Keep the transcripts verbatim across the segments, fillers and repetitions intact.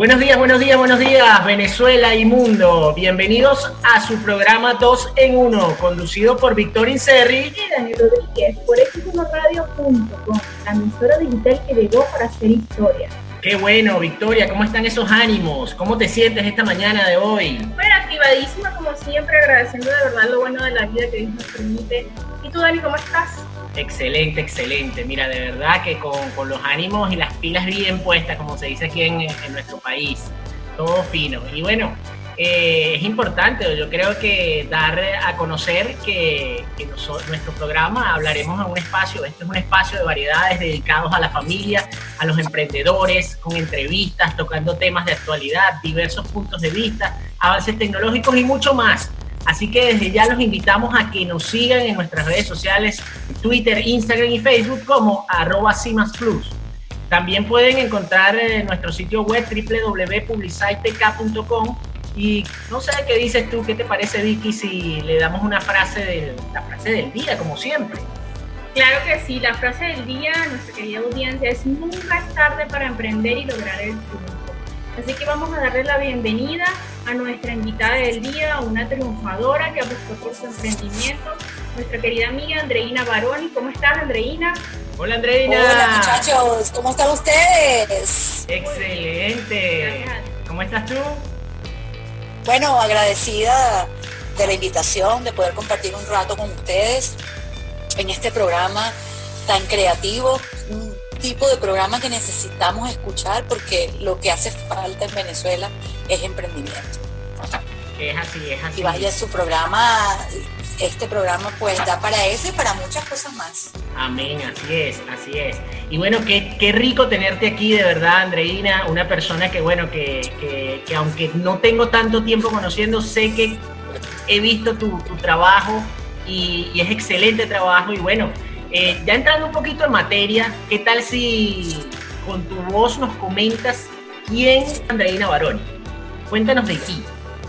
Buenos días, buenos días, buenos días, Venezuela y mundo. Bienvenidos a su programa dos en uno, conducido por Víctor Inserri y Daniel Rodríguez, por equis uno radio punto com, la emisora digital que llegó para hacer historia. Qué bueno, Victoria, ¿cómo están esos ánimos? ¿Cómo te sientes esta mañana de hoy? Bueno, activadísima como siempre, agradeciendo de verdad lo bueno de la vida que Dios nos permite. ¿Y tú, Dani, cómo estás? Excelente, excelente. Mira, de verdad que con, con los ánimos y las pilas bien puestas, como se dice aquí en, en nuestro país. Todo fino. Y bueno, eh, es importante, yo creo que dar a conocer que, que nosotros, nuestro programa hablaremos en un espacio, este es un espacio de variedades dedicados a la familia, a los emprendedores, con entrevistas, tocando temas de actualidad, diversos puntos de vista, avances tecnológicos y mucho más. Así que desde ya los invitamos a que nos sigan en nuestras redes sociales, Twitter, Instagram y Facebook como arroba cimasplus. También pueden encontrar en nuestro sitio web doble u doble u doble u punto publicitec punto com. Y no sé qué dices tú, qué te parece, Vicky, si le damos una frase del, la frase del día, como siempre. Claro que sí, la frase del día, nuestra querida audiencia, es: nunca es tarde para emprender y lograr el triunfo. Así que vamos a darle la bienvenida a nuestra invitada del día, una triunfadora que apostó por su emprendimiento, nuestra querida amiga Andreina Baroni. ¿Cómo estás, Andreina? Hola, Andreina. Hola, muchachos, ¿cómo están ustedes? Excelente. ¿Cómo estás tú? Bueno, agradecida de la invitación, de poder compartir un rato con ustedes en este programa tan creativo, un tipo de programa que necesitamos escuchar porque lo que hace falta en Venezuela es emprendimiento. Es así, es así. Y vaya, su programa, este programa pues da para eso y para muchas cosas más. Amén, así es, así es. Y bueno, qué, qué rico tenerte aquí, de verdad, Andreina, una persona que, bueno, que, que, que aunque no tengo tanto tiempo conociendo, sé que he visto tu, tu trabajo y, y es excelente trabajo. Y bueno, eh, ya entrando un poquito en materia, ¿qué tal si con tu voz nos comentas quién es Andreina Baroni? Cuéntanos de ti.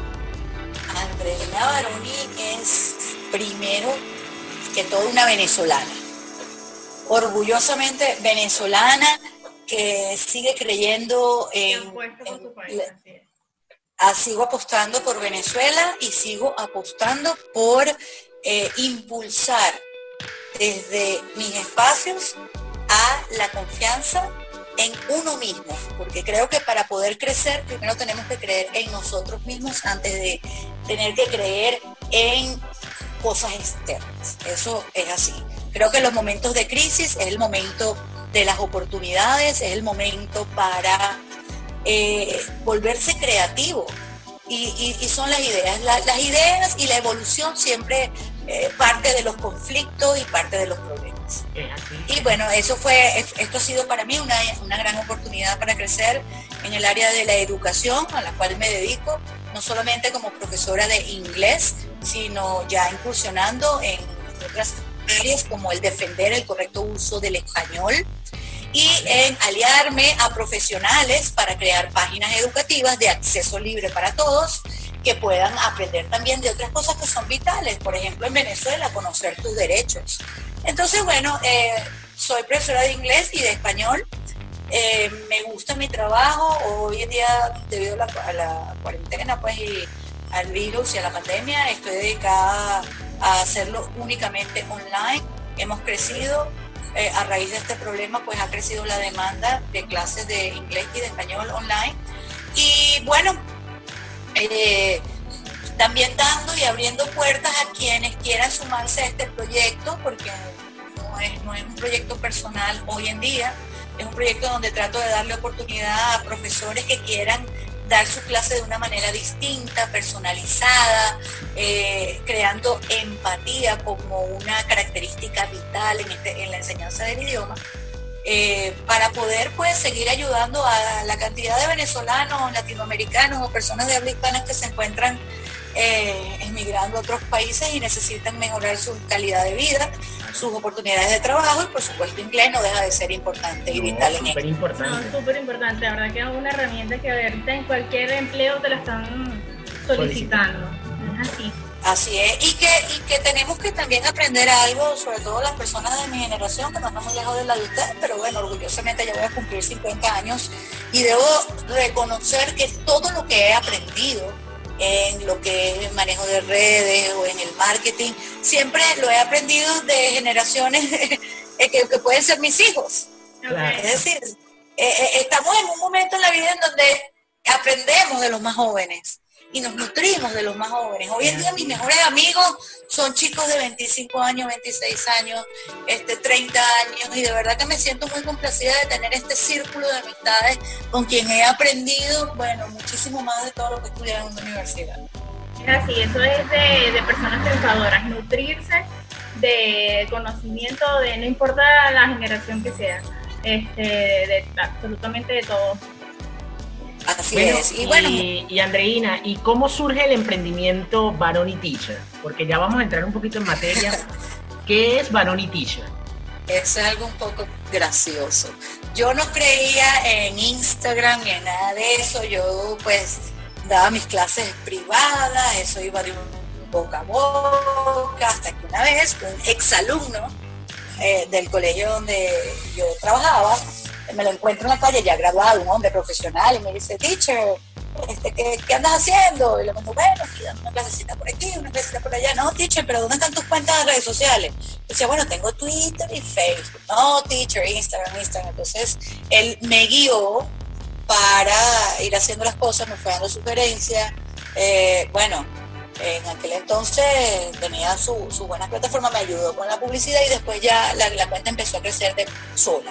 Andreina Baroni es, primero que todo, una venezolana. Orgullosamente venezolana, que sigue creyendo en, en a, sigo apostando por Venezuela y sigo apostando por eh, impulsar desde mis espacios a la confianza en uno mismo, porque creo que para poder crecer primero tenemos que creer en nosotros mismos antes de tener que creer en cosas externas. Eso es así. Creo que en los momentos de crisis es el momento de las oportunidades, es el momento para eh, volverse creativo. Y, y, y son las ideas. La, las ideas y la evolución siempre eh, parte de los conflictos y parte de los problemas. Y bueno, eso fue, esto ha sido para mí una, una gran oportunidad para crecer en el área de la educación, a la cual me dedico, no solamente como profesora de inglés, sino ya incursionando en otras áreas como el defender el correcto uso del español y en aliarme a profesionales para crear páginas educativas de acceso libre para todos que puedan aprender también de otras cosas que son vitales, por ejemplo en Venezuela, conocer tus derechos. Entonces, bueno, eh, soy profesora de inglés y de español, eh, me gusta mi trabajo. Hoy en día, debido a la, a la cuarentena pues, y al virus y a la pandemia, estoy dedicada a hacerlo únicamente online. Hemos crecido, eh, a raíz de este problema, pues ha crecido la demanda de clases de inglés y de español online. Y bueno, eh, también dando y abriendo puertas a quienes quieran sumarse a este proyecto, porque no es, no es un proyecto personal hoy en día, es un proyecto donde trato de darle oportunidad a profesores que quieran dar su clase de una manera distinta, personalizada, eh, creando empatía como una característica vital en, este, en la enseñanza del idioma, eh, para poder pues seguir ayudando a la cantidad de venezolanos, latinoamericanos o personas de habla hispana que se encuentran eh, emigrando a otros países y necesitan mejorar su calidad de vida, sus oportunidades de trabajo, y por supuesto inglés no deja de ser importante y no, vital en súper importante. No, súper importante, la verdad que es una herramienta que ahorita en cualquier empleo te la están solicitando. Es así. Así es, y que, y que tenemos que también aprender algo, sobre todo las personas de mi generación, que no están muy lejos de la de ustedes, pero bueno, orgullosamente ya voy a cumplir cincuenta años y debo reconocer que todo lo que he aprendido en lo que es el manejo de redes o en el marketing, siempre lo he aprendido de generaciones que, que pueden ser mis hijos. Claro. Es decir, eh, estamos en un momento en la vida en donde aprendemos de los más jóvenes y nos nutrimos de los más jóvenes. Hoy en día mis mejores amigos son chicos de veinticinco años, veintiséis años, este, treinta años, y de verdad que me siento muy complacida de tener este círculo de amistades con quien he aprendido, bueno, muchísimo más de todo lo que estudié en una universidad. Así, eso es de, de personas pensadoras, nutrirse de conocimiento, de no importa la generación que sea, este, de absolutamente de todo. Así bueno, es. Y, bueno, y, y Andreina, ¿y cómo surge el emprendimiento Baroni Teacher? Porque ya vamos a entrar un poquito en materia. ¿Qué es Baroni Teacher? Es algo un poco gracioso. Yo no creía en Instagram ni en nada de eso. Yo pues daba mis clases privadas, eso iba de un boca a boca, hasta que una vez un exalumno eh, del colegio donde yo trabajaba, me lo encuentro en la calle, ya graduado, un hombre profesional, y me dice, teacher, este, ¿qué, ¿qué andas haciendo? Y le digo, bueno, aquí dando una clasecita por aquí, una clasecita por allá. No, teacher, pero ¿dónde están tus cuentas de redes sociales? Y decía, bueno, tengo Twitter y Facebook. No, teacher, Instagram, Instagram. Entonces, él me guió para ir haciendo las cosas, me fue dando sugerencias. Eh, bueno, en aquel entonces tenía su, su buena plataforma, me ayudó con la publicidad y después ya la, la cuenta empezó a crecer de sola.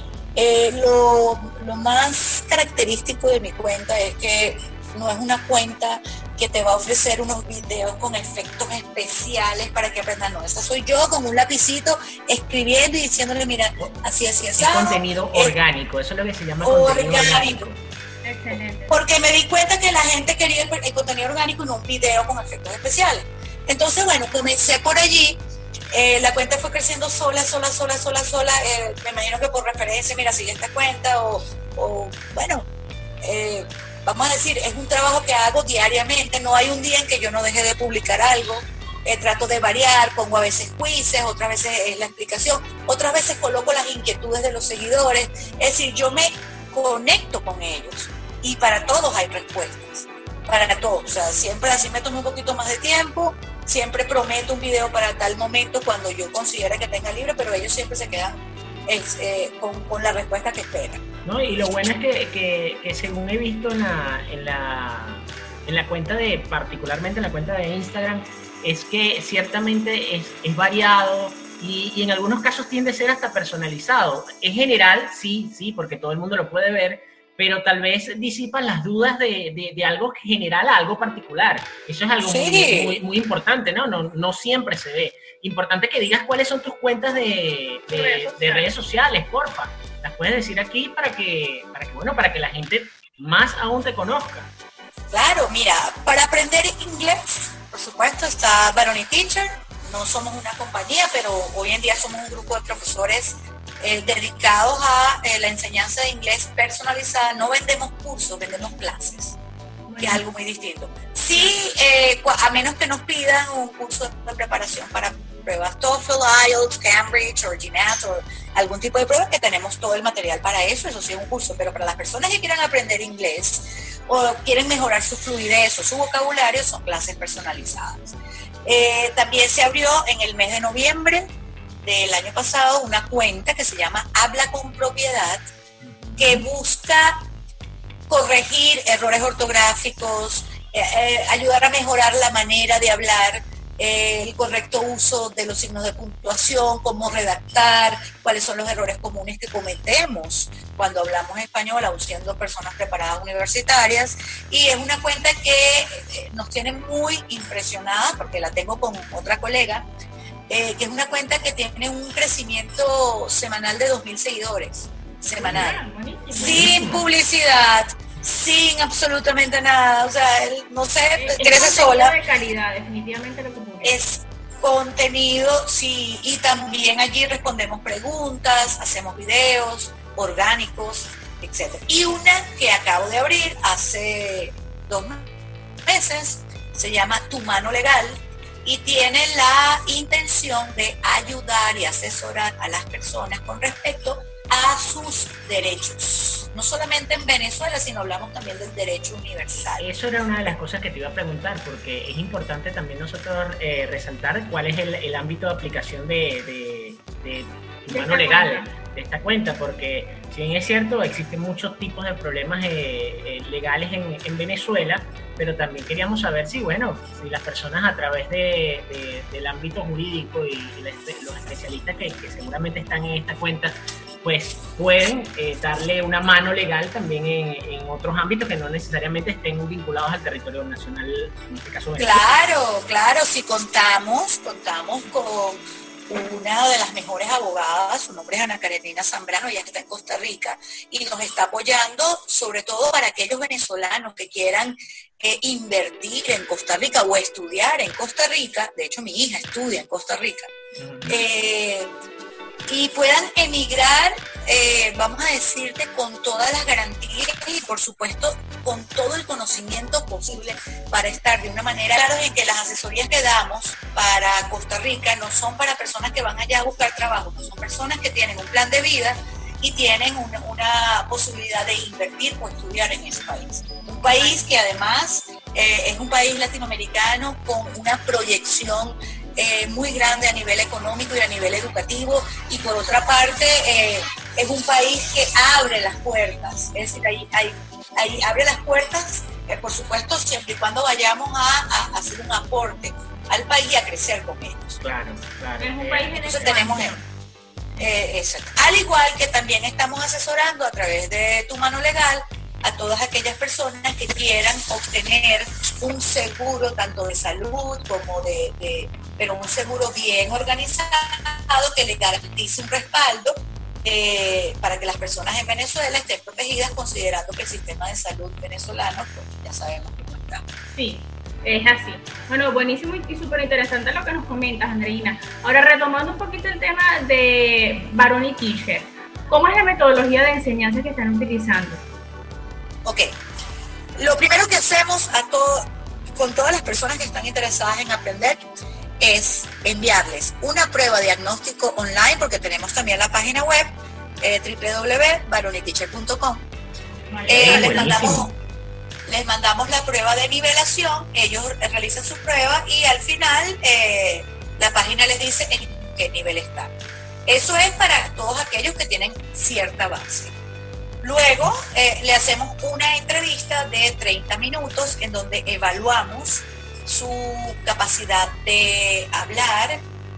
Eh, lo, lo más característico de mi cuenta es que no es una cuenta que te va a ofrecer unos videos con efectos especiales para que aprendas, no, esa soy yo con un lapicito escribiendo y diciéndole, mira, así, así, así. Es contenido eh, orgánico, eso es lo que se llama contenido orgánico. Excelente. Porque me di cuenta que la gente quería el, el contenido orgánico y no un video con efectos especiales. Entonces, bueno, comencé por allí. Eh, la cuenta fue creciendo sola, sola, sola, sola, sola. Eh, me imagino que por referencia, mira, sigue esta cuenta o, o bueno, eh, vamos a decir, es un trabajo que hago diariamente. No hay un día en que yo no deje de publicar algo. Eh, trato de variar, pongo a veces quizzes, otras veces es la explicación, otras veces coloco las inquietudes de los seguidores. Es decir, yo me conecto con ellos y para todos hay respuestas. Para todos, o sea, siempre así me tomo un poquito más de tiempo. Siempre prometo un video para tal momento cuando yo considere que tenga libre, pero ellos siempre se quedan es, eh, con, con la respuesta que esperan. No, y lo bueno es que, que, que según he visto en la, en, la, en la cuenta de, particularmente en la cuenta de Instagram, es que ciertamente es, es variado y, y en algunos casos tiende a ser hasta personalizado. En general, sí, sí, porque todo el mundo lo puede ver, pero tal vez disipan las dudas de, de, de algo general a algo particular. Eso es algo sí. muy, muy, muy importante, ¿no? ¿no? No siempre se ve. Importante que digas cuáles son tus cuentas de, de, redes, de redes sociales, porfa. Las puedes decir aquí para que, para que, bueno, para que la gente más aún te conozca. Claro, mira, para aprender inglés, por supuesto, está Baroni Teacher. No somos una compañía, pero hoy en día somos un grupo de profesores Eh, dedicados a eh, la enseñanza de inglés personalizada. No vendemos cursos, vendemos clases, bueno, que es algo muy distinto. Sí, eh, a menos que nos pidan un curso de preparación para pruebas TOEFL, I E L T S, Cambridge o GMAT o algún tipo de prueba, que tenemos todo el material para eso, eso sí es un curso, pero para las personas que quieran aprender inglés o quieren mejorar su fluidez o su vocabulario, son clases personalizadas. Eh, también se abrió en el mes de noviembre del año pasado una cuenta que se llama Habla con Propiedad, que busca corregir errores ortográficos, eh, eh, ayudar a mejorar la manera de hablar, eh, el correcto uso de los signos de puntuación, cómo redactar, cuáles son los errores comunes que cometemos cuando hablamos español, aun siendo personas preparadas universitarias. Y es una cuenta que eh, nos tiene muy impresionadas, porque la tengo con otra colega, Eh, que es una cuenta que tiene un crecimiento semanal de dos mil seguidores, semanal, ah, sin publicidad, sin absolutamente nada, o sea, él, no sé, es, crece es sola. De calidad, definitivamente lo que publica. Es contenido, sí, y también allí respondemos preguntas, hacemos videos orgánicos, etcétera. Y una que acabo de abrir hace dos meses, se llama Tu Mano Legal, y tiene la intención de ayudar y asesorar a las personas con respecto a sus derechos, no solamente en Venezuela, sino hablamos también del derecho universal. Eso era una de las cosas que te iba a preguntar, porque es importante también nosotros eh, resaltar cuál es el, el ámbito de aplicación de, de, de, de mano legal de esta cuenta, porque si bien es cierto, existen muchos tipos de problemas eh, eh, legales en, en Venezuela, pero también queríamos saber si, bueno, si las personas a través de, de, del ámbito jurídico y, y los especialistas que, que seguramente están en esta cuenta, pues pueden eh, darle una mano legal también en, en otros ámbitos que no necesariamente estén vinculados al territorio nacional, en este caso Venezuela. Claro, claro, si contamos, contamos con una de las mejores abogadas, su nombre es Ana Karenina Zambrano, ella está en Costa Rica y nos está apoyando sobre todo para aquellos venezolanos que quieran eh, invertir en Costa Rica o estudiar en Costa Rica. De hecho, mi hija estudia en Costa Rica. Uh-huh. eh, y puedan emigrar, eh, vamos a decirte, con todas las garantías y por supuesto con todo el conocimiento posible para estar de una manera clara en que las asesorías que damos para Costa Rica no son para personas que van allá a buscar trabajo, no son personas que tienen un plan de vida y tienen una, una posibilidad de invertir o estudiar en ese país. Un país que además eh, es un país latinoamericano con una proyección Eh, muy grande a nivel económico y a nivel educativo, y por otra parte eh, es un país que abre las puertas, es decir, ahí, ahí, ahí abre las puertas, eh, por supuesto, siempre y cuando vayamos a, a hacer un aporte al país y a crecer con ellos. Claro, claro. Es un país en Entonces tenemos eh, exacto. Al igual que también estamos asesorando a través de Tu Mano Legal a todas aquellas personas que quieran obtener un seguro tanto de salud como de, de pero un seguro bien organizado que les garantice un respaldo eh, para que las personas en Venezuela estén protegidas, considerando que el sistema de salud venezolano, pues ya sabemos cómo está. Sí, es así. Bueno, buenísimo y súper interesante lo que nos comentas, Andreina. Ahora, retomando un poquito el tema de Baroni Teacher, ¿cómo es la metodología de enseñanza que están utilizando? Ok, lo primero que hacemos a todo, con todas las personas que están interesadas en aprender es enviarles una prueba de diagnóstico online, porque tenemos también la página web eh, doble u doble u doble u punto baroni teacher punto com. Vale, eh, les, mandamos, les mandamos la prueba de nivelación, ellos realizan su prueba y al final eh, la página les dice en qué nivel están. Eso es para todos aquellos que tienen cierta base. Luego eh, le hacemos una entrevista de treinta minutos en donde evaluamos su capacidad de hablar,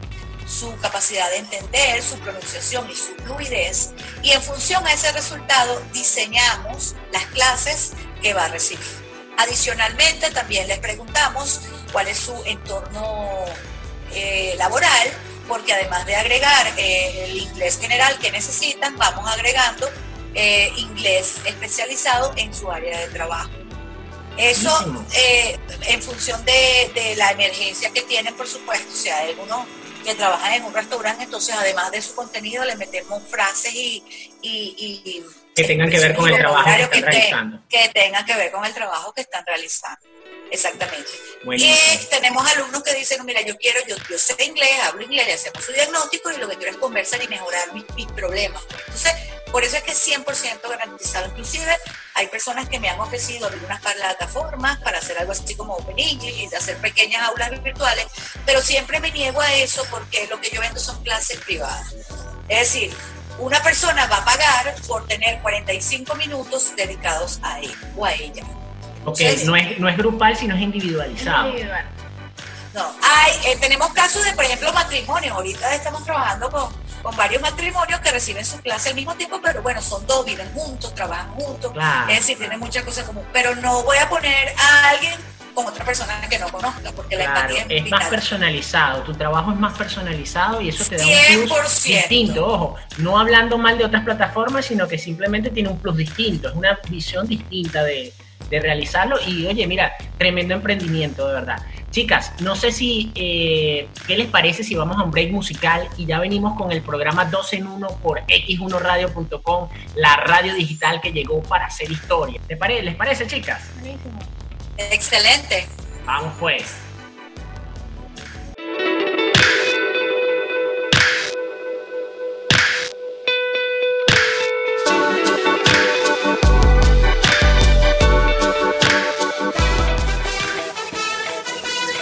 su capacidad de entender, su pronunciación y su fluidez, y en función a ese resultado diseñamos las clases que va a recibir. Adicionalmente también les preguntamos cuál es su entorno eh, laboral, porque además de agregar eh, el inglés general que necesitan, vamos agregando Eh, inglés especializado en su área de trabajo. Eso eh, en función de, de la emergencia que tienen, por supuesto. O sea, hay algunos que trabajan en un restaurante, entonces además de su contenido le metemos frases y, y, y que tengan que ver con el trabajo que están que realizando. Te, que tengan que ver con el trabajo que están realizando. Exactamente. Buenísimo. Y tenemos alumnos que dicen, mira, yo quiero, yo, yo sé inglés, hablo inglés, le hacemos su diagnóstico y lo que quiero es conversar y mejorar mis, mis problemas. Entonces, por eso es que es cien por ciento garantizado. Inclusive, hay personas que me han ofrecido algunas plataformas para hacer algo así como Open English y de hacer pequeñas aulas virtuales, pero siempre me niego a eso porque lo que yo vendo son clases privadas. Es decir, una persona va a pagar por tener cuarenta y cinco minutos dedicados a él o a ella. Ok, no es, no es grupal, sino es individualizado. Individual. No, hay, eh, tenemos casos de, por ejemplo, matrimonios. Ahorita estamos trabajando con, con varios matrimonios que reciben su clase al mismo tiempo, pero bueno, son dos, viven juntos, trabajan juntos. Claro. Es decir, tienen muchas cosas común. Pero no voy a poner a alguien con otra persona que no conozca, porque la Claro, empatía es es más personalizado, tu trabajo es más personalizado y eso te da un cien por plus ciento. distinto, ojo, no hablando mal de otras plataformas, sino que simplemente tiene un plus distinto, es una visión distinta de, de realizarlo y oye, mira, tremendo emprendimiento, de verdad. Chicas, no sé si, eh, ¿qué les parece si vamos a un break musical y ya venimos con el programa dos en uno por equis uno radio punto com, la radio digital que llegó para hacer historia? ¿Les parece, ¿les parece, chicas? Buenísimo. Excelente. Vamos pues.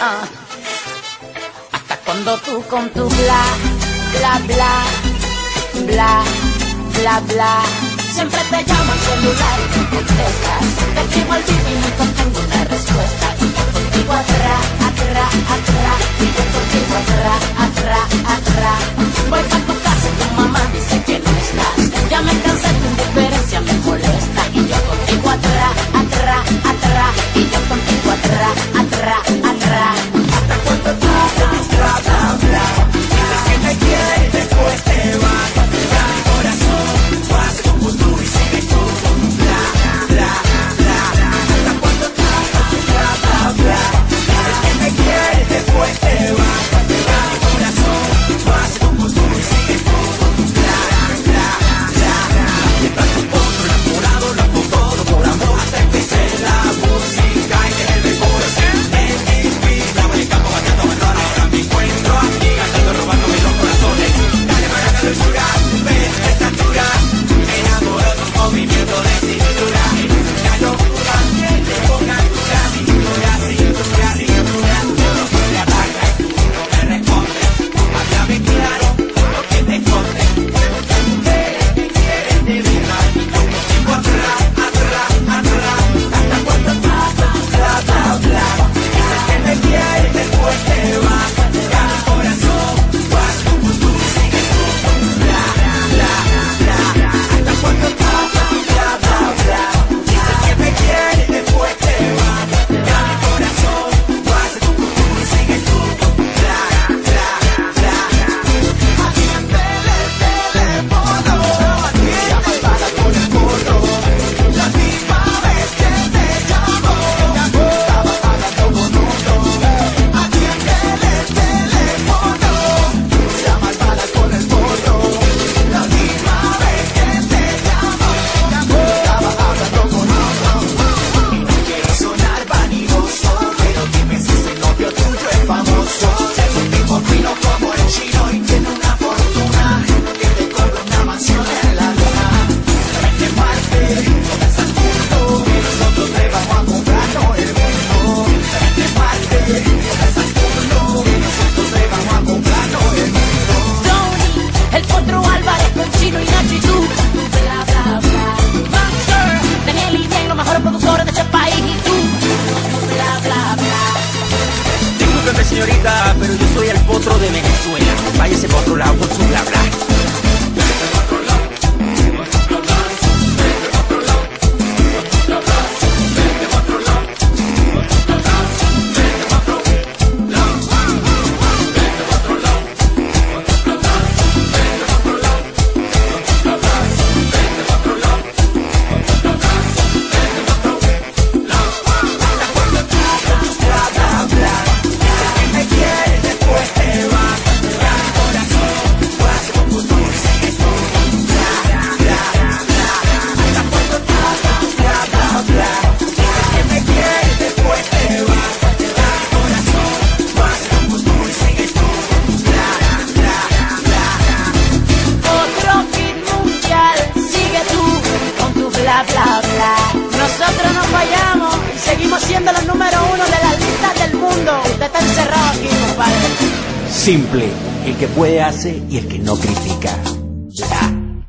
Uh. Hasta cuando tú con tu bla, bla, bla, bla, bla, bla. Siempre te llamo al celular y no contestas. Te escribo al vivo y nunca tengo una respuesta. Y yo contigo atrás, atrás, atrás. Y yo contigo atrás, atrás, atrás. Voy a tu casa y tu mamá dice que no estás. Ya me cansé, tu indiferencia me molesta. Y yo contigo atrás, atrás, atrás. Y yo contigo atrás, atrás, atrás. Hasta cuando tú te bla, bla, bla. Dices que me quieres y después te vas. Ya mi corazón va a ser como tú y sigues tú con un bla, bla, bla. Hasta cuando tú te bla, bla, bla. Dices que me quieres y después te vas. Ya mi corazón va a ser como tú y sigues tú con un bla, bla, bla. Mientras tu otro enamorado lo hago todo por amor hasta que se la música y deje el corazón en mi vida. Voy en campo bateando balón, ahora me encuentro aquí cantando, robándome los corazones. Dale para la dulzura, ves la estatura, enamorado con movimiento de cintura. La locura de boca dura, cintura, cintura, cintura. Yo no puedo apagar, tú no me respondes. Háblame claro lo que te escondes. Me quieres de verdad y yo contigo atrás, atrás, atrás. Hasta cuando tú bla, bla, bla. Dices que me quieres, después te vas. Ya mi corazón va como tú y sigues tú con bla, bla, bla. Hasta cuando tú bla, bla, bla. Dices que me quieres, después te vas. Ya mi corazón va como tú y sigues tú con bla, bla, bla. Atiéndele el teléfono, llama para con el corro. La misma vez que te llamo, estaba hablando con otro. Atiéndele el teléfono, llama para con el corro. La misma vez que te llamo, estaba hablando con otro. Y no quiero sonar vanidoso, pero dime si ese novio tuyo es famoso. Es un tipo fino como el chino y tiene una fortuna que te cobra una mansión en la luna. Vete Marte, toca Saturno, y nosotros te vamos a comprar todo el mundo. Vete Marte, toca Saturno, y nosotros te vamos a comprar todo el mundo. Tony, el Potro Álvarez con Chino y Nacho y tú. Bla, bla, bla. Monster, Daniel y Bien, los mejores productores de este país y tú. Bla, bla, bla. Discúlpeme señorita, pero yo soy el potro de Venezuela. Váyase por otro lado con su bla bla. Otro hit mundial, sigue tú con tu bla, bla, bla. Nosotros no fallamos y seguimos siendo los número uno de las listas del mundo. Usted está encerrado aquí, compadre. Simple, el que puede hace y el que no critica. Ya.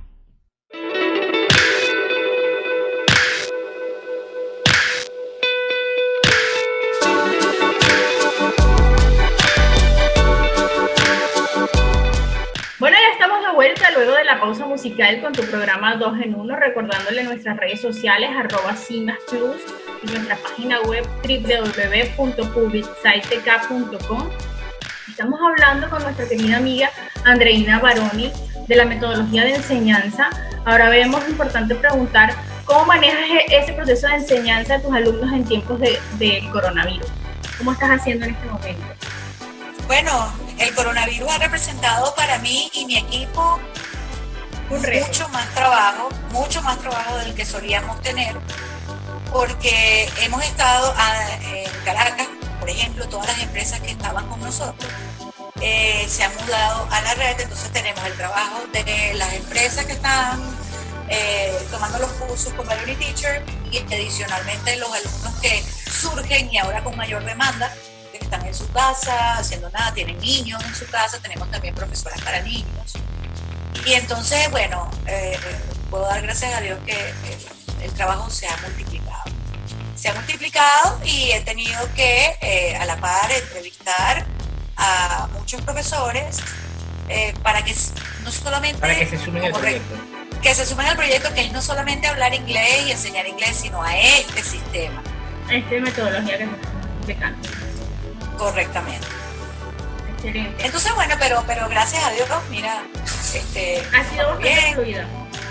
Bueno, ya estamos de vuelta luego de la pausa musical con tu programa dos en uno, recordándole nuestras redes sociales arroba cimas plus y nuestra página web doble u doble u doble u punto publicsitec punto com. Estamos hablando con nuestra querida amiga Andreina Baroni de la metodología de enseñanza. Ahora vemos importante preguntar cómo manejas ese proceso de enseñanza de tus alumnos en tiempos de, del coronavirus. ¿Cómo estás haciendo en este momento? Bueno, el coronavirus ha representado para mí y mi equipo Un reto. mucho más trabajo, mucho más trabajo del que solíamos tener, porque hemos estado a, en Caracas, por ejemplo, todas las empresas que estaban con nosotros eh, se han mudado a la red, entonces tenemos el trabajo de las empresas que están eh, tomando los cursos con Value Teacher y adicionalmente los alumnos que surgen y ahora con mayor demanda, que están en su casa haciendo nada, tienen niños en su casa, tenemos también profesoras para niños. Y entonces, bueno, eh, puedo dar gracias a Dios que el, el trabajo se ha multiplicado. Se ha multiplicado y he tenido que, eh, a la par, entrevistar a muchos profesores eh, para que no solamente... Para que se sumen al proyecto. Que se sumen al proyecto, que es no solamente hablar inglés y enseñar inglés, sino a este sistema. A esta metodología que se está aplicando. Correctamente. Excelente. Entonces, bueno, pero, pero gracias a Dios, mira, este, ha sido bastante fluida.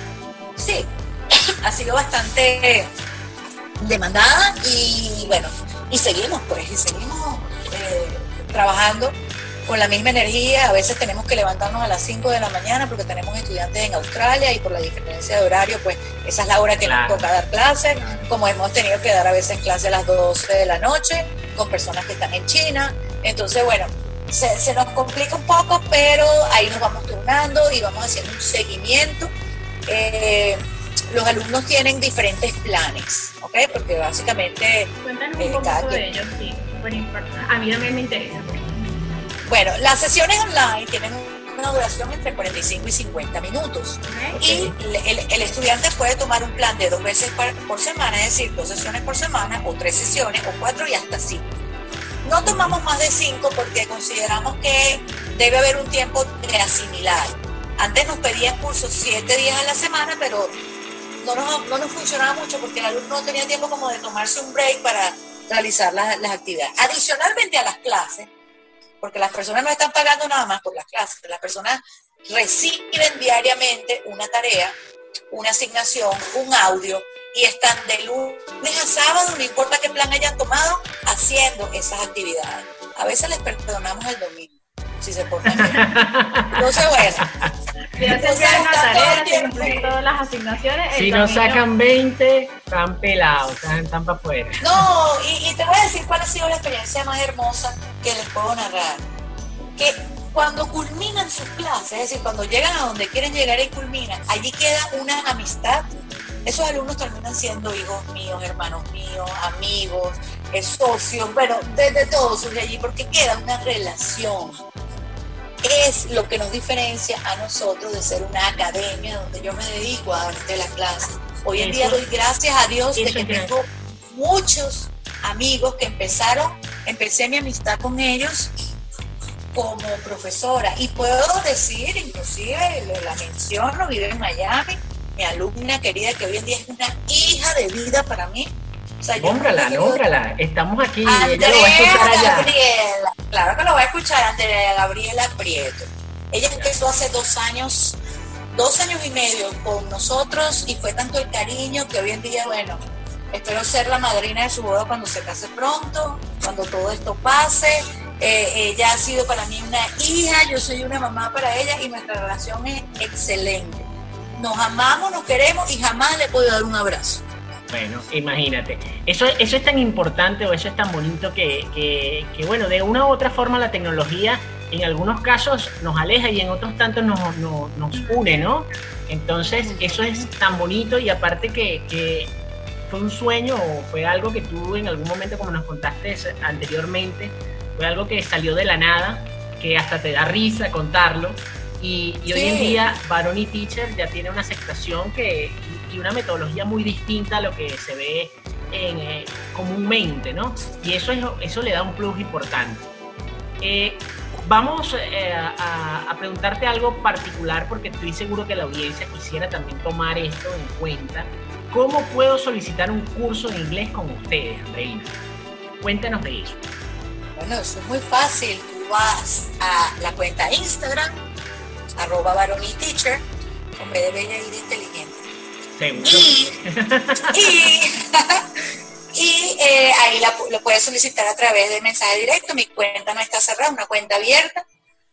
Sí, ha sido bastante demandada y bueno, y seguimos pues, y seguimos eh, trabajando con la misma energía. A veces tenemos que levantarnos a las cinco de la mañana porque tenemos estudiantes en Australia y por la diferencia de horario, pues esa es la hora que claro. nos toca dar clases, como hemos tenido que dar a veces clases a las doce de la noche con personas que están en China. Entonces, bueno, se, se nos complica un poco, pero ahí nos vamos turnando y vamos haciendo un seguimiento. Eh, los alumnos tienen diferentes planes, ¿ok? Porque básicamente... Cuéntanos un poco de ellos, sí, súper importante. A mí también me interesa. Bueno, las sesiones online tienen una duración entre cuarenta y cinco y cincuenta minutos. Okay. Y el, el estudiante puede tomar un plan de dos veces por semana, es decir, dos sesiones por semana, o tres sesiones, o cuatro y hasta cinco. No tomamos más de cinco porque consideramos que debe haber un tiempo de asimilar. Antes nos pedían cursos siete días a la semana, pero no nos, no nos funcionaba mucho porque el alumno no tenía tiempo como de tomarse un break para realizar las, las actividades. Adicionalmente a las clases, porque las personas no están pagando nada más por las clases, las personas reciben diariamente una tarea, una asignación, un audio, y están de lunes a sábado, no importa qué plan hayan tomado, haciendo esas actividades. A veces les perdonamos el domingo, si se portan bien. Entonces, bueno. Si hacen bien una tarea, si cumplen todas las asignaciones, si no sacan veinte, están pelados, están, están para afuera. No, y, y te voy a decir cuál ha sido la experiencia más hermosa que les puedo narrar. Que cuando culminan sus clases, es decir, cuando llegan a donde quieren llegar y culminan, allí queda una amistad. Esos alumnos terminan siendo hijos míos, hermanos míos, amigos, socios, bueno, de, de todo surge allí porque queda una relación. Es lo que nos diferencia a nosotros de ser una academia donde yo me dedico a darte las clases. Hoy en día doy gracias a Dios de que tengo muchos amigos que empezaron, empecé mi amistad con ellos como profesora. Y puedo decir, inclusive, la menciono, vive en Miami, mi alumna querida que hoy en día es una hija de vida para mí. O sea, nómbrala, yo nómbrala, estamos aquí, Andrea ella lo va a escuchar allá. Gabriela, claro que lo va a escuchar, Andrea Gabriela Prieto. Ella empezó hace dos años, dos años y medio con nosotros y fue tanto el cariño que hoy en día, bueno, espero ser la madrina de su boda cuando se case pronto, cuando todo esto pase. Eh, ella ha sido para mí una hija, yo soy una mamá para ella y nuestra relación es excelente. Nos amamos, nos queremos y jamás le puedo dar un abrazo. Bueno, imagínate, eso, eso es tan importante o eso es tan bonito que, que, que, bueno, de una u otra forma la tecnología en algunos casos nos aleja y en otros tantos nos, nos, nos une, ¿no? Entonces, eso es tan bonito y aparte que, que fue un sueño o fue algo que tú en algún momento, como nos contaste anteriormente, fue algo que salió de la nada, que hasta te da risa contarlo. Y, y hoy sí. en día Baroni Teacher ya tiene una aceptación que, y una metodología muy distinta a lo que se ve en, eh, comúnmente, ¿no? Y eso, es, eso le da un plus importante. Eh, vamos eh, a, a preguntarte algo particular porque estoy seguro que la audiencia quisiera también tomar esto en cuenta. ¿Cómo puedo solicitar un curso de inglés con ustedes, Andreina? Cuéntanos de eso. Bueno, eso es muy fácil. Tú vas a la cuenta Instagram, arroba Baroni Teacher, con B de bella y de inteligente. Seguro. Y, y, y eh, ahí la, lo puedes solicitar a través de mensaje directo. Mi cuenta no está cerrada, una cuenta abierta.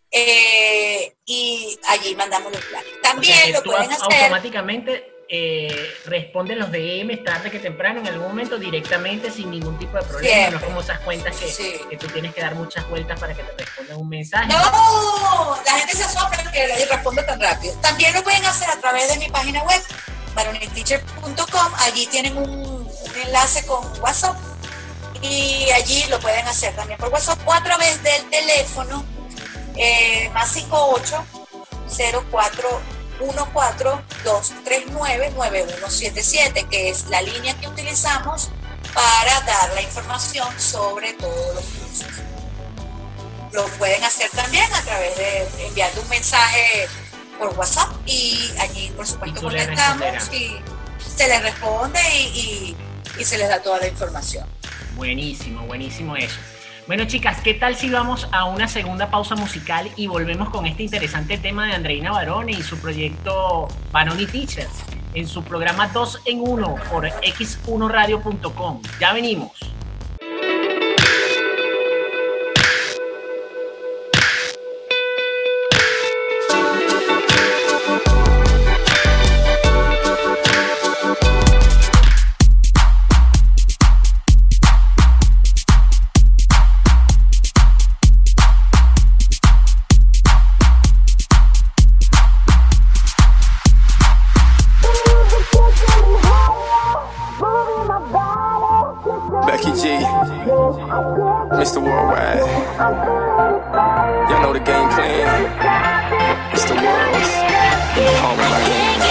Eh, y allí mandamos los planes. También o sea, lo pueden hacer. Automáticamente eh, responden los D M tarde que temprano, en algún momento directamente, sin ningún tipo de problema. Siempre. No es como esas cuentas que, sí. que tú tienes que dar muchas vueltas para que te respondan un mensaje. No, la gente se asombra que le responde tan rápido. También lo pueden hacer a través de mi página web, baroni teacher punto com. Allí tienen un, un enlace con WhatsApp y allí lo pueden hacer también por WhatsApp o a través del teléfono eh, más cincuenta y ocho, cero cuatro uno cuatro, dos tres nueve, nueve uno siete siete, que es la línea que utilizamos para dar la información sobre todos los cursos. Lo pueden hacer también a través de enviando un mensaje por WhatsApp y allí por supuesto contestamos y se les responde y, y, y se les da toda la información. Buenísimo, buenísimo eso. Bueno, chicas, ¿qué tal si vamos a una segunda pausa musical y volvemos con este interesante tema de Andreina Barone y su proyecto Barone Teachers en su programa dos en uno por equis uno radio punto com? Ya venimos. Mister Worldwide, y'all know the game plan. It's the world in the palm of my hand.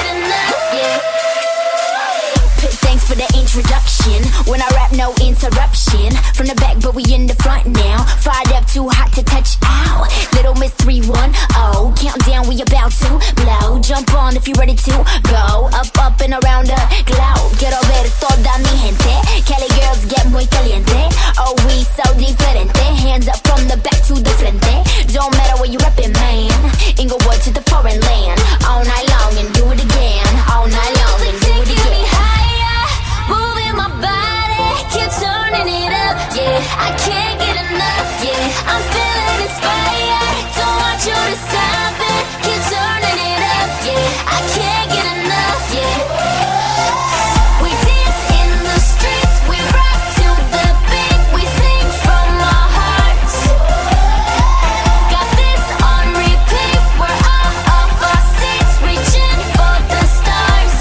Thanks for the introduction. When I rap, no interruption. From the back, but we in the front now. Fired up, too hot to touch out. Little Miss three one oh. Countdown, we about to blow. Jump on if you ready to go. Up, up and around the globe. Quiero ver toda mi gente. Cali girls get muy caliente. Oh, we so diferente. Hands up from the back to the frente. Don't matter where you reppin', man. Inglewood to the foreign land. All night long and do it again. All night long and do it again. Moving my body, keep turning it up, yeah. I can't get enough, yeah. I'm feeling inspired, don't want you to stop it. Keep turning it up, yeah. I can't get enough, yeah. We dance in the streets, we rock to the beat, we sing from our hearts. Got this on repeat, we're off of our seats, reaching for the stars.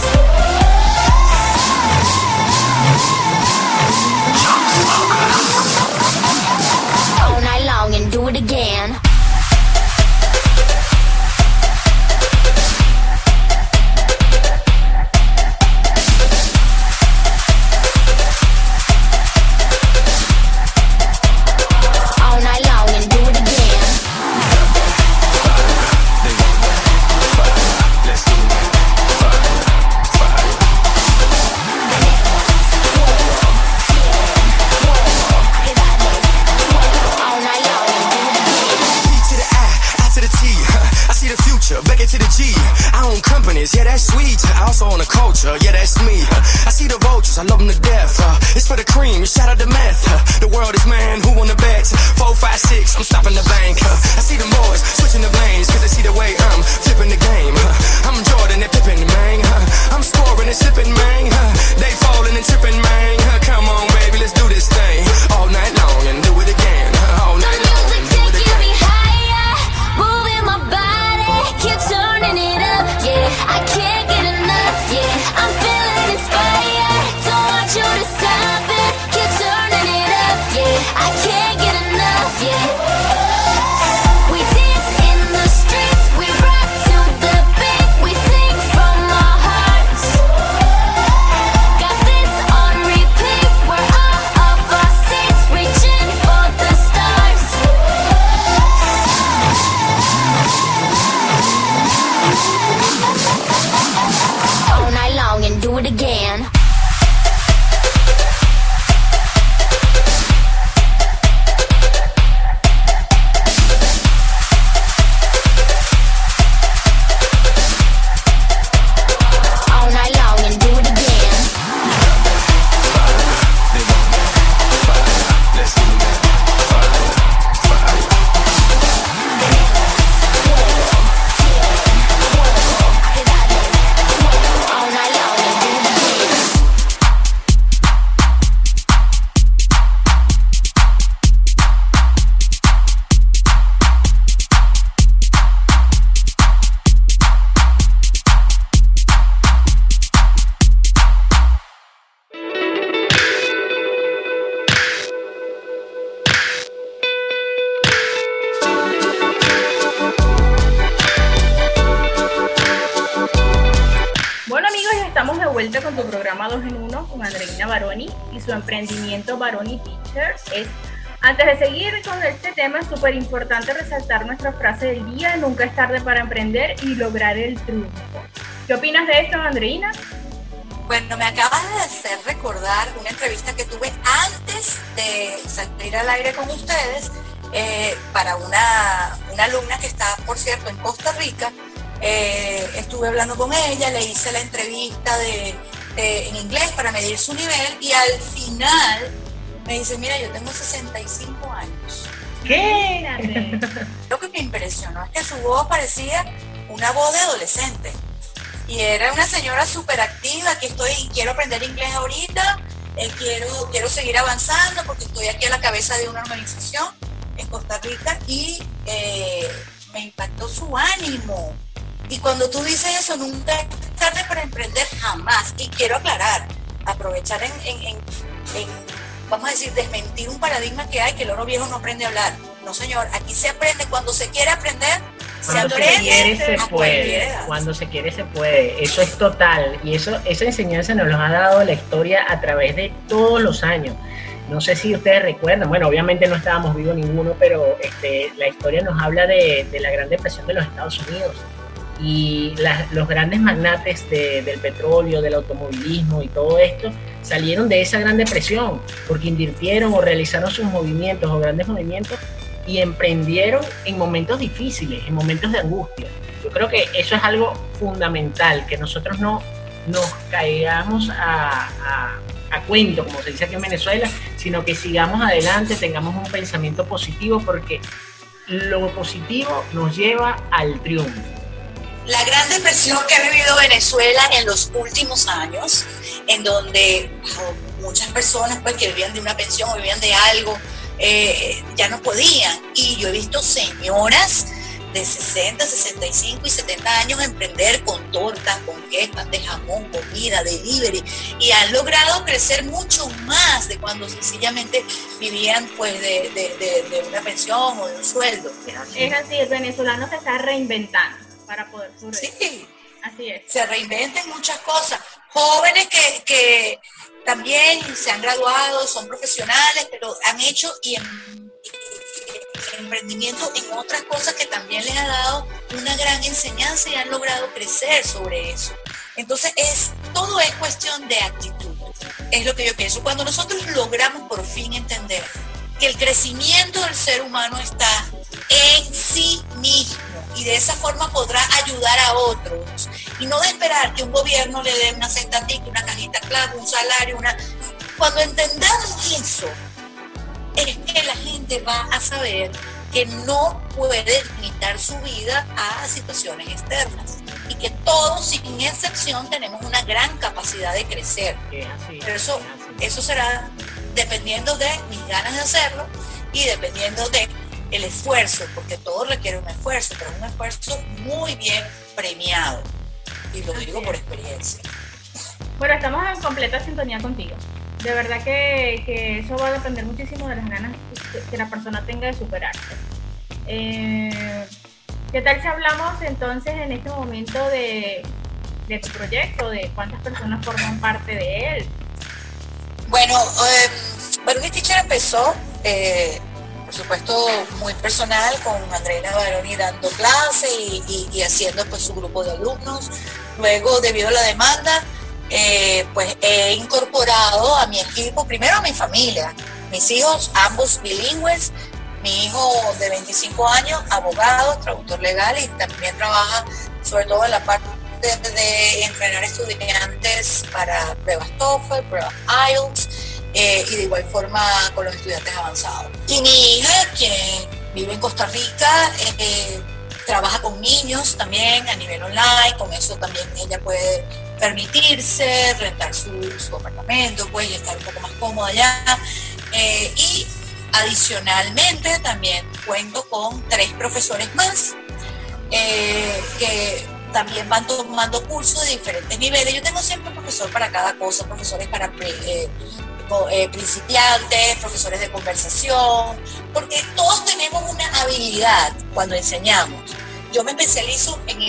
All night long and do it again. All night long and do it again. Let's do it. Fire, fire. All night long and do it again. P to the I, I to the T. I see the future, back into the G. I own companies, yeah, that's sweet. I also own a culture, yeah, that's me. I see the vultures, I love them to death. It's for the cream, shout out the meth. The world is man, who wanna bet? Four, five, six, I'm stopping the bank. I see the boys switching the lanes, cause they see the way I'm flipping the game. I'm Jordan, they're Pippin, man. I'm scoring and slipping, man. They falling and tripping, man. Come on, baby, let's do this thing. All night long and do it again. All The night long and music do it taking me again. higher, moving my body, keep turning it up, yeah. I can't get enough, yeah. I'm feeling inspired, don't want you to stop it, keep turning it up, yeah. I can't get enough, yeah. We vuelta con tu programa dos en uno con Andreina Baroni y su emprendimiento Baroni Teacher. Es, antes de seguir con este tema, es súper importante resaltar nuestra frase del día: nunca es tarde para emprender y lograr el triunfo. ¿Qué opinas de esto, Andreina? Bueno, me acabas de hacer recordar una entrevista que tuve antes de salir al aire con ustedes eh, para una, una alumna que está, por cierto, en Costa Rica. Eh, estuve hablando con ella, le hice la entrevista de, de, en inglés para medir su nivel y al final me dice: mira, yo tengo sesenta y cinco años. ¿Qué? Lo que me impresionó es que su voz parecía una voz de adolescente. Y era una señora súper activa, que estoy, quiero aprender inglés ahorita, eh, quiero, quiero seguir avanzando porque estoy aquí a la cabeza de una organización en Costa Rica y eh, me impactó su ánimo. Y cuando tú dices eso, nunca es tarde para emprender, jamás. Y quiero aclarar, aprovechar en, en, en, en, vamos a decir, desmentir un paradigma que hay, que el oro viejo no aprende a hablar. No, señor, aquí se aprende cuando se quiere aprender. Cuando se, se quiere se puede, cuando se quiere se puede, eso es total, y eso, esa enseñanza nos lo ha dado la historia a través de todos los años. No sé si ustedes recuerdan, bueno, obviamente no estábamos vivos ninguno, pero este, la historia nos habla de, de la Gran Depresión de los Estados Unidos y la, los grandes magnates de, del petróleo, del automovilismo y todo esto salieron de esa Gran Depresión porque invirtieron o realizaron sus movimientos o grandes movimientos y emprendieron en momentos difíciles, en momentos de angustia. Yo creo que eso es algo fundamental, que nosotros no nos caigamos a, a, a cuento, como se dice aquí en Venezuela, sino que sigamos adelante, tengamos un pensamiento positivo, porque lo positivo nos lleva al triunfo. La gran depresión que ha vivido Venezuela en los últimos años, en donde muchas personas pues, que vivían de una pensión o vivían de algo, Eh, ya no podían, y yo he visto señoras de sesenta, sesenta y cinco y setenta años emprender con tortas, con quesas de jamón, comida, delivery, y han logrado crecer mucho más de cuando sencillamente vivían pues de, de, de, de una pensión o de un sueldo. Es así, es así, el venezolano se está reinventando para poder sobrevivir. Sí, así es. Se reinventan muchas cosas. Jóvenes que, que también se han graduado, son profesionales, pero han hecho y en, en emprendimiento en otras cosas que también les ha dado una gran enseñanza y han logrado crecer sobre eso. Entonces, es, todo es cuestión de actitud. Es lo que yo pienso. Cuando nosotros logramos por fin entender que el crecimiento del ser humano está en sí mismo, y de esa forma podrá ayudar a otros y no de esperar que un gobierno le dé una cesta tic, una cajita clave, un salario, una... Cuando entendamos eso, es que la gente va a saber que no puede limitar su vida a situaciones externas y que todos, sin excepción, tenemos una gran capacidad de crecer. Es así, pero eso, es así. eso será dependiendo de mis ganas de hacerlo y dependiendo de el esfuerzo, porque todo requiere un esfuerzo, pero un esfuerzo muy bien premiado, y lo digo por experiencia. Bueno, estamos en completa sintonía contigo. De verdad que, que eso va a depender muchísimo de las ganas que, que la persona tenga de superarse. Eh, ¿Qué tal si hablamos entonces en este momento de, de tu proyecto, de cuántas personas forman parte de él? Bueno, eh, Baroni Teacher empezó... Eh, por supuesto, muy personal, con Andreina Baroni dando clase y, y, y haciendo pues su grupo de alumnos. Luego, debido a la demanda, eh, pues he incorporado a mi equipo, primero a mi familia, mis hijos, ambos bilingües, mi hijo de veinticinco años, abogado, traductor legal, y también trabaja sobre todo en la parte de, de entrenar estudiantes para pruebas TOEFL, pruebas I E L T S, Eh, y de igual forma con los estudiantes avanzados. Y mi hija, que vive en Costa Rica, eh, trabaja con niños también a nivel online, con eso también ella puede permitirse rentar su, su apartamento, pues, y estar un poco más cómoda allá. Eh, y adicionalmente también cuento con tres profesores más eh, que también van tomando cursos de diferentes niveles. Yo tengo siempre un profesor para cada cosa, profesores para eh, Eh, principiantes, profesores de conversación, porque todos tenemos una habilidad cuando enseñamos. Yo me especializo en el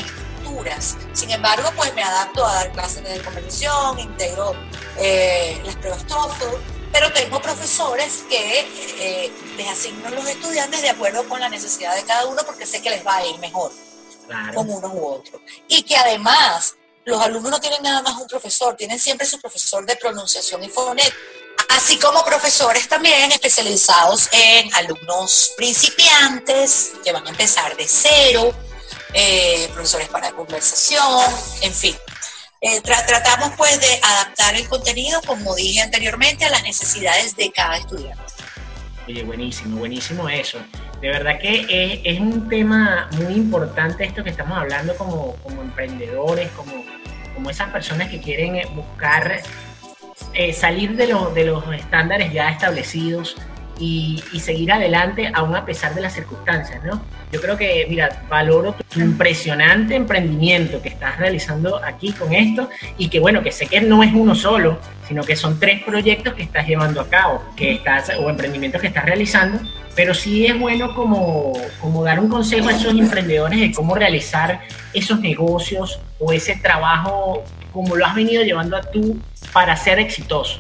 asignaturas. Sin embargo, pues me adapto a dar clases de conversación, integro eh, las pruebas TOEFL, pero tengo profesores que eh, les asigno a los estudiantes de acuerdo con la necesidad de cada uno, porque sé que les va a ir mejor claro. con uno u otro. Y que además los alumnos no tienen nada más un profesor, tienen siempre su profesor de pronunciación y fonética, así como profesores también especializados en alumnos principiantes que van a empezar de cero, eh, profesores para conversación, en fin. Eh, tra- tratamos pues de adaptar el contenido, como dije anteriormente, a las necesidades de cada estudiante. Oye, buenísimo, buenísimo eso. De verdad que es, es un tema muy importante esto que estamos hablando como, como emprendedores, como, como esas personas que quieren buscar eh, salir de, lo, de los estándares ya establecidos y, y seguir adelante aún a pesar de las circunstancias, ¿no? Yo creo que, mira, valoro tu impresionante emprendimiento que estás realizando aquí con esto y que, bueno, que sé que no es uno solo, sino que son tres proyectos que estás llevando a cabo, que estás, o emprendimientos que estás realizando, pero sí es bueno como, como dar un consejo a esos emprendedores de cómo realizar esos negocios o ese trabajo, como lo has venido llevando a tú para ser exitoso.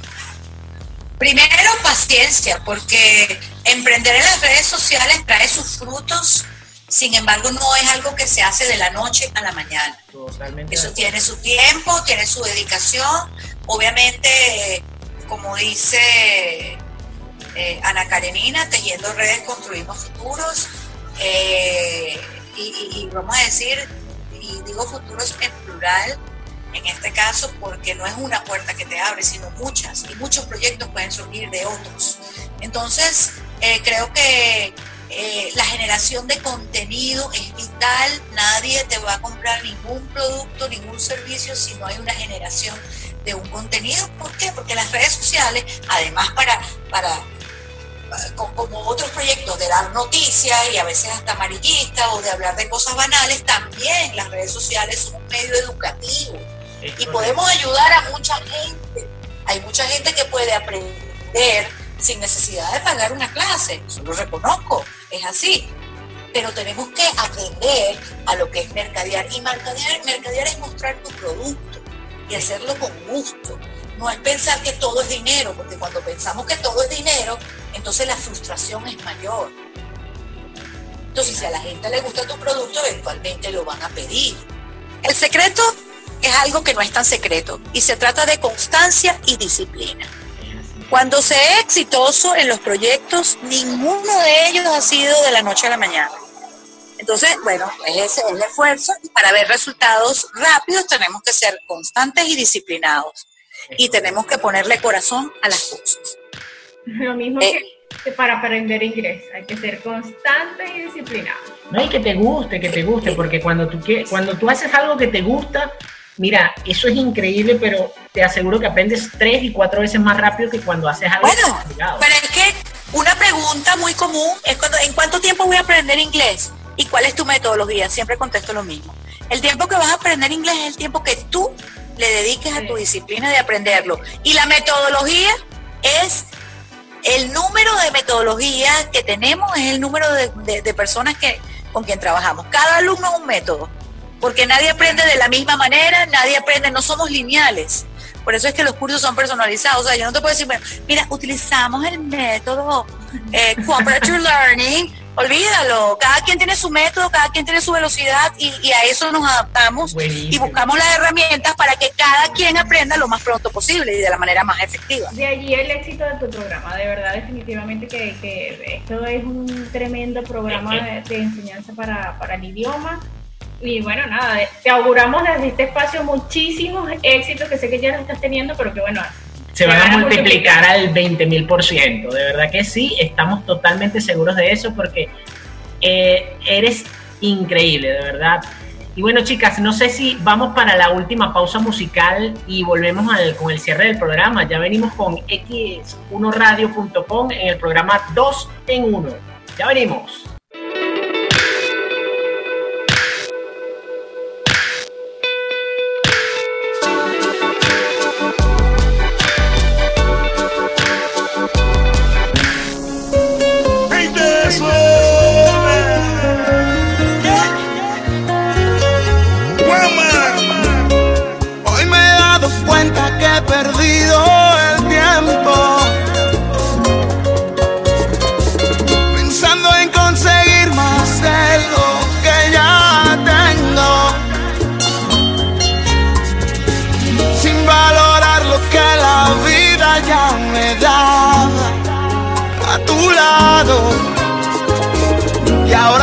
Primero, paciencia, porque emprender en las redes sociales trae sus frutos, sin embargo no es algo que se hace de la noche a la mañana. Totalmente. Eso tiene su tiempo, tiene su dedicación. Obviamente, como dice eh, Ana Karenina, tejiendo redes construimos futuros, eh, y, y, y vamos a decir, y digo futuros en plural, en este caso, porque no es una puerta que te abre, sino muchas, y muchos proyectos pueden surgir de otros. Entonces, eh, creo que eh, la generación de contenido es vital. Nadie te va a comprar ningún producto, ningún servicio si no hay una generación de un contenido. ¿Por qué? Porque las redes sociales, además para, para como otros proyectos de dar noticias y a veces hasta amarillistas o de hablar de cosas banales, también las redes sociales son un medio educativo. Y podemos ayudar a mucha gente. Hay mucha gente que puede aprender sin necesidad de pagar una clase. Eso lo reconozco, es así. Pero tenemos que aprender a lo que es mercadear. Y mercadear, mercadear es mostrar tu producto y hacerlo con gusto. No es pensar que todo es dinero, porque cuando pensamos que todo es dinero, entonces la frustración es mayor. Entonces, si a la gente le gusta tu producto, eventualmente lo van a pedir. El secreto es algo que no es tan secreto y se trata de constancia y disciplina. Cuando se es exitoso en los proyectos, ninguno de ellos ha sido de la noche a la mañana. Entonces, bueno, ese es el esfuerzo y para ver resultados rápidos tenemos que ser constantes y disciplinados y tenemos que ponerle corazón a las cosas. Lo mismo eh, que para aprender inglés, hay que ser constante y disciplinado. No, y que te guste, que te guste, porque cuando tú, cuando tú haces algo que te gusta, mira, eso es increíble, pero te aseguro que aprendes tres y cuatro veces más rápido que cuando haces algo. Bueno, pero es que una pregunta muy común es cuando, ¿en cuánto tiempo voy a aprender inglés? ¿Y cuál es tu metodología? Siempre contesto lo mismo. El tiempo que vas a aprender inglés es el tiempo que tú le dediques a tu disciplina de aprenderlo. Y la metodología es el número de metodologías que tenemos, es el número de, de, de personas que, con quien trabajamos. Cada alumno es un método. Porque nadie aprende de la misma manera, nadie aprende, no somos lineales. Por eso es que los cursos son personalizados. O sea, yo no te puedo decir, bueno, mira, utilizamos el método eh, Cooperative Learning. Olvídalo, cada quien tiene su método, cada quien tiene su velocidad y, y a eso nos adaptamos. Buenísimo. Y buscamos las herramientas para que cada quien aprenda lo más pronto posible y de la manera más efectiva. De allí el éxito de tu programa, de verdad, definitivamente que, que esto es un tremendo programa de, de enseñanza para, para el idioma. Y bueno, nada, te auguramos desde este espacio muchísimos éxitos que sé que ya los estás teniendo, pero que bueno, se van a multiplicar al veinte mil por ciento. De verdad que sí, estamos totalmente seguros de eso porque eh, eres increíble, de verdad. Y bueno, chicas, no sé si vamos para la última pausa musical y volvemos al, con el cierre del programa. Ya venimos con equis uno radio punto com en el programa dos en uno. Ya venimos.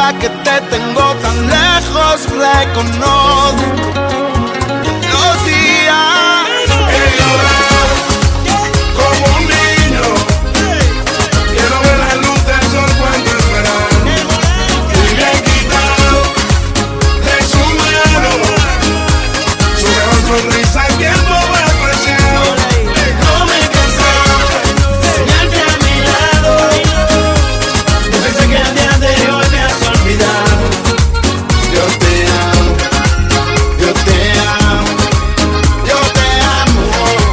ahora que te tengo tan lejos reconozco los días. He llorado como un niño, quiero ver la luz del sol cuando es verano, y le he quitado de su mano su mejor sonrisa, el tiempo me ha apreciado. No me he cansado de soñarte a mi lado, no pensé que al día de hoy me has olvidado. Yo te amo, yo te amo, yo te amo.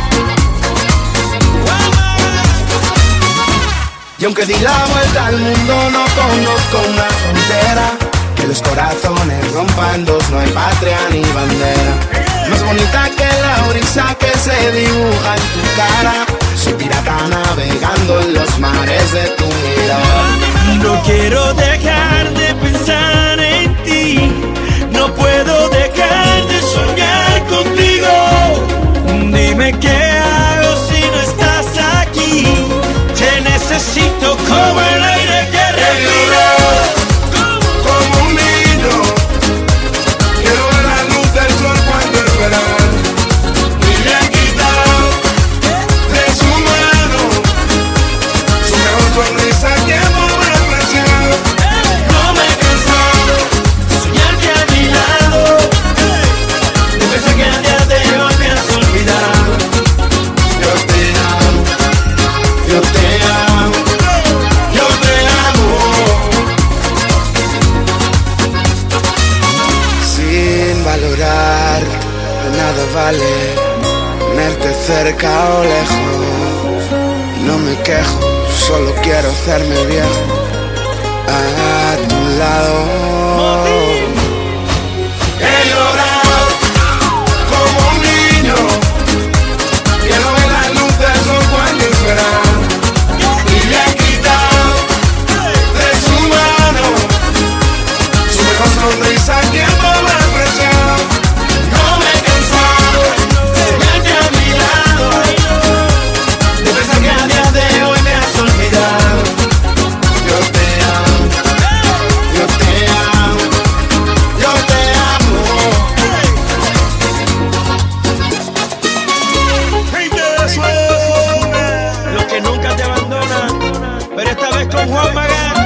Y aunque di la vuelta al mundo, no conozco una frontera que los corazones rompan dos, no hay patria ni bandera. Más bonita que la brisa que se dibuja en tu cara, soy pirata navegando en los mares de tu mirada. No quiero dejar de pensar en ti, no puedo dejar de soñar contigo. Dime qué hago si no estás aquí, te necesito como el aire que respiro. Como un niño, quiero ver la luz del sol cuando es verano, y le he quitado de su mano su mejor sonrisa, el tiempo me ha apreciado. No me he cansado de soñarte a mi lado, no pensé que al día de hoy me has olvidado. Yo te amo, yo te amo, yo te amo. Sin valorar, de nada vale tenerte cerca o lejos. No me quejo, solo quiero hacerme viejo a tu lado. He llorado como un niño, quiero ver la luz del sol cuando es verano, y le he quitado de su mano su mejor sonrisa, el tiempo me ha apreciado. No me he cansado de soñarte a mi lado, de pensar que al día de hoy me has olvidado. Yo te amo, yo te amo, yo te amo. Los que nunca te abandonan, pero esta vez con Juan Magán.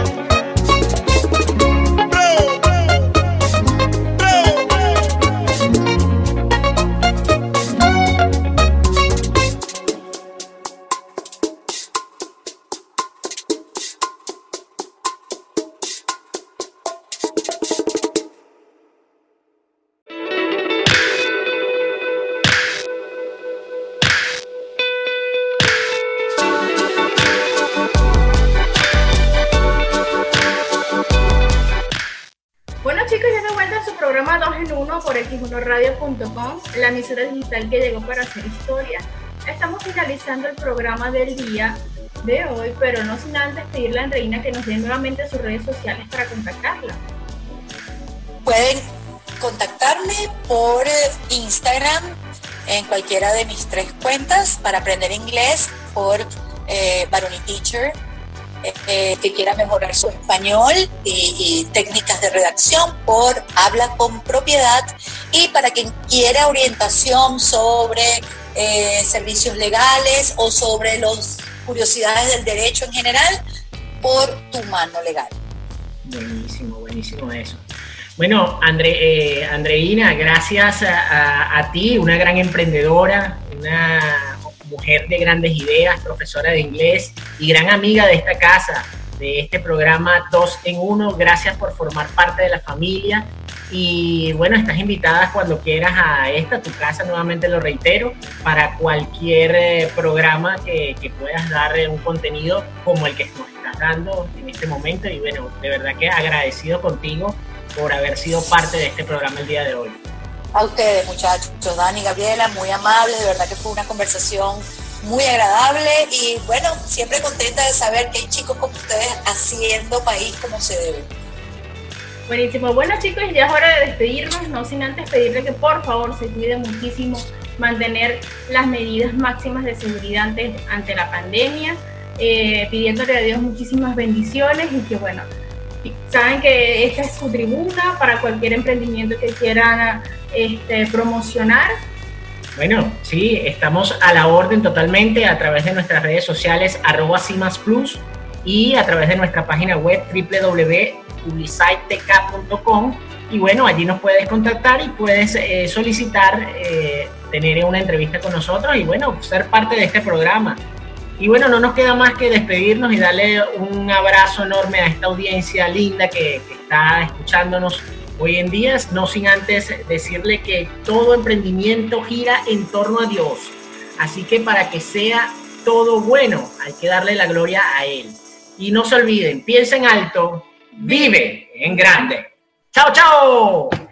Bueno chicos, ya de vuelta a su programa dos en uno por equis uno radio punto com, la emisora digital que llegó para hacer historia. Estamos finalizando el programa del día de hoy, pero no sin antes pedirle a Andreina que nos dé nuevamente sus redes sociales para contactarla. Pueden contactarme por Instagram en cualquiera de mis tres cuentas para aprender inglés, por eh, Baroni Teacher, eh, eh, que quiera mejorar su español y, y técnicas de redacción, por Habla con Propiedad, y para quien quiera orientación sobre eh, servicios legales o sobre las curiosidades del derecho en general, por Tu Mano Legal. Buenísimo, buenísimo eso. Bueno, Andre, eh, Andreina, gracias a, a, a ti, una gran emprendedora, una mujer de grandes ideas, profesora de inglés y gran amiga de esta casa, de este programa dos en uno. Gracias por formar parte de la familia y bueno, estás invitada cuando quieras a esta, tu casa, nuevamente lo reitero, para cualquier eh, programa que, que puedas dar eh, un contenido como el que nos estás dando en este momento. Y bueno, de verdad que agradecido contigo por haber sido parte de este programa el día de hoy. A ustedes, muchachos, Dani, Gabriela, muy amables, de verdad que fue una conversación muy agradable y bueno, siempre contenta de saber que hay chicos como ustedes haciendo país como se debe. Buenísimo. Bueno chicos, ya es hora de despedirnos, no sin antes pedirle que por favor se cuiden muchísimo, mantener las medidas máximas de seguridad ante, ante la pandemia, eh, pidiéndole a Dios muchísimas bendiciones y que bueno, saben que esta es su tribuna para cualquier emprendimiento que quieran este, promocionar. Bueno, sí, estamos a la orden totalmente a través de nuestras redes sociales arroba Cimas Plus y a través de nuestra página web doble u doble u doble u punto publicite t k punto com. Y bueno, allí nos puedes contactar y puedes eh, solicitar eh, tener una entrevista con nosotros y bueno, ser parte de este programa. Y bueno, no nos queda más que despedirnos y darle un abrazo enorme a esta audiencia linda que, que está escuchándonos hoy en día, no sin antes decirle que todo emprendimiento gira en torno a Dios. Así que para que sea todo bueno, hay que darle la gloria a Él. Y no se olviden, piensa en alto, vive en grande. ¡Chao, chao!